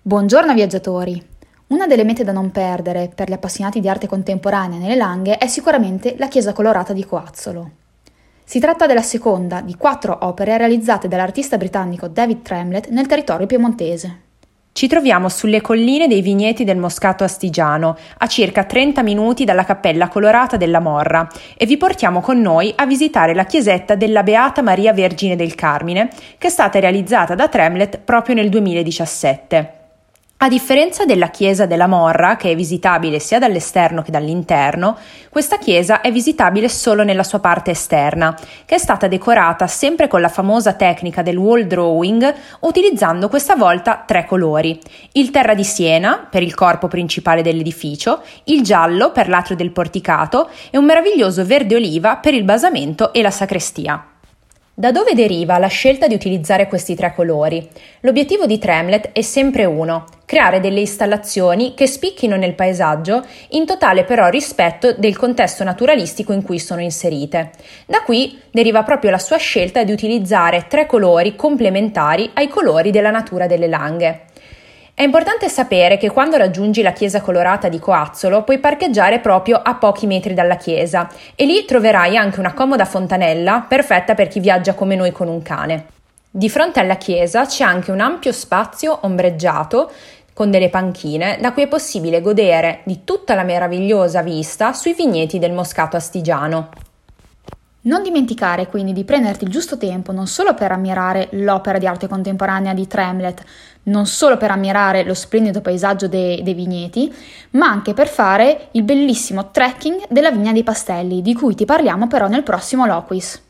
Buongiorno viaggiatori! Una delle mete da non perdere per gli appassionati di arte contemporanea nelle Langhe è sicuramente la Chiesa Colorata di Coazzolo. Si tratta della seconda di 4 opere realizzate dall'artista britannico David Tremlett nel territorio piemontese. Ci troviamo sulle colline dei vigneti del Moscato Astigiano, a circa 30 minuti dalla Cappella Colorata della Morra, e vi portiamo con noi a visitare la chiesetta della Beata Maria Vergine del Carmine, che è stata realizzata da Tremlett proprio nel 2017. A differenza della chiesa della Morra, che è visitabile sia dall'esterno che dall'interno, questa chiesa è visitabile solo nella sua parte esterna, che è stata decorata sempre con la famosa tecnica del wall drawing, utilizzando questa volta 3 colori: il terra di siena per il corpo principale dell'edificio, il giallo per l'atrio del porticato e un meraviglioso verde oliva per il basamento e la sacrestia. Da dove deriva la scelta di utilizzare questi 3 colori? L'obiettivo di Tremlett è sempre uno: creare delle installazioni che spicchino nel paesaggio, in totale però rispetto del contesto naturalistico in cui sono inserite. Da qui deriva proprio la sua scelta di utilizzare 3 colori complementari ai colori della natura delle Langhe. È importante sapere che quando raggiungi la Chiesa Colorata di Coazzolo puoi parcheggiare proprio a pochi metri dalla chiesa e lì troverai anche una comoda fontanella perfetta per chi viaggia come noi con un cane. Di fronte alla chiesa c'è anche un ampio spazio ombreggiato con delle panchine da cui è possibile godere di tutta la meravigliosa vista sui vigneti del Moscato Astigiano. Non dimenticare quindi di prenderti il giusto tempo non solo per ammirare l'opera di arte contemporanea di Tremlett, non solo per ammirare lo splendido paesaggio dei vigneti, ma anche per fare il bellissimo trekking della Vigna dei Pastelli, di cui ti parliamo però nel prossimo Loquis.